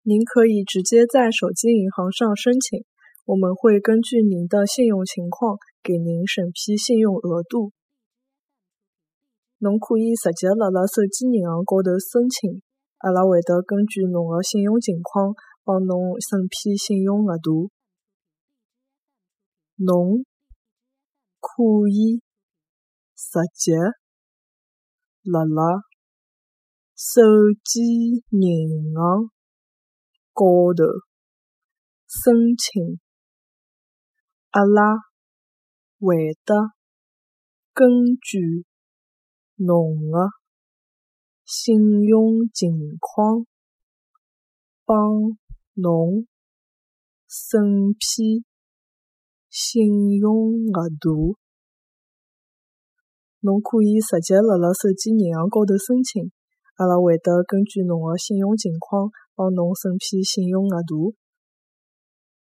您可以直接在手机银行上申请，我们会根据您的信用情况给您审批信用额度。侬可以直接辣手机银行高头申请，阿拉会得根据侬的信用情况帮侬审批信用额度。侬可以直接辣手机银行高头申请，阿拉会得根据侬的信用情况帮侬审批信用额度。侬可以直接辣手机银行高头申请，阿拉会得根据侬的信用情况帮侬审批信用额度。